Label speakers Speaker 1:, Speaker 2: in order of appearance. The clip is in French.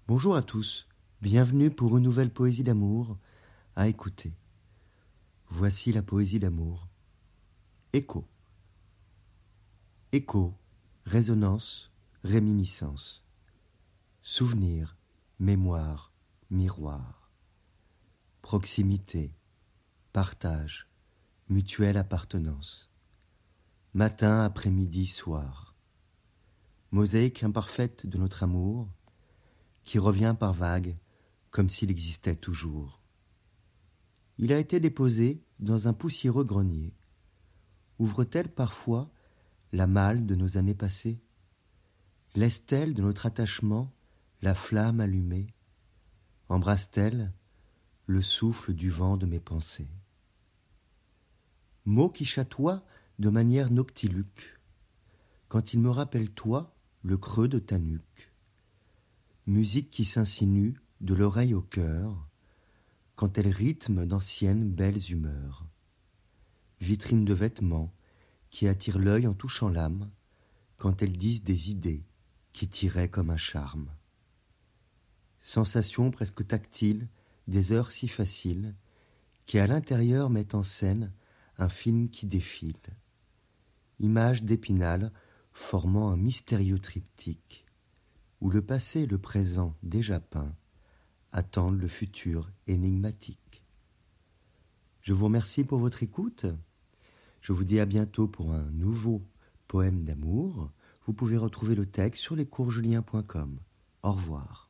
Speaker 1: Bonjour à tous, bienvenue pour une nouvelle poésie d'amour à écouter. Voici la poésie d'amour. Écho. Écho, résonance, réminiscence. Souvenir, mémoire, miroir. Proximité, partage, mutuelle appartenance. Matin, après-midi, soir. Mosaïque imparfaite de notre amour, qui revient par vagues, comme s'il existait toujours. Il a été déposé dans un poussiéreux grenier. Ouvre-t-elle parfois la malle de nos années passées? Laisse-t-elle de notre attachement la flamme allumée? Embrasse-t-elle le souffle du vent de mes pensées? Mots qui chatoient de manière noctiluque, quand il me rappelle toi, le creux de ta nuque. Musique qui s'insinue de l'oreille au cœur, quand elle rythme d'anciennes belles humeurs. Vitrine de vêtements qui attire l'œil en touchant l'âme, quand elles disent des idées qui tiraient comme un charme. Sensation presque tactile des heures si faciles, qui à l'intérieur mettent en scène un film qui défile. Image d'Épinal formant un mystérieux triptyque, où le passé et le présent déjà peints attendent le futur énigmatique. Je vous remercie pour votre écoute. Je vous dis à bientôt pour un nouveau poème d'amour. Vous pouvez retrouver le texte sur lescoursjulien.com. Au revoir.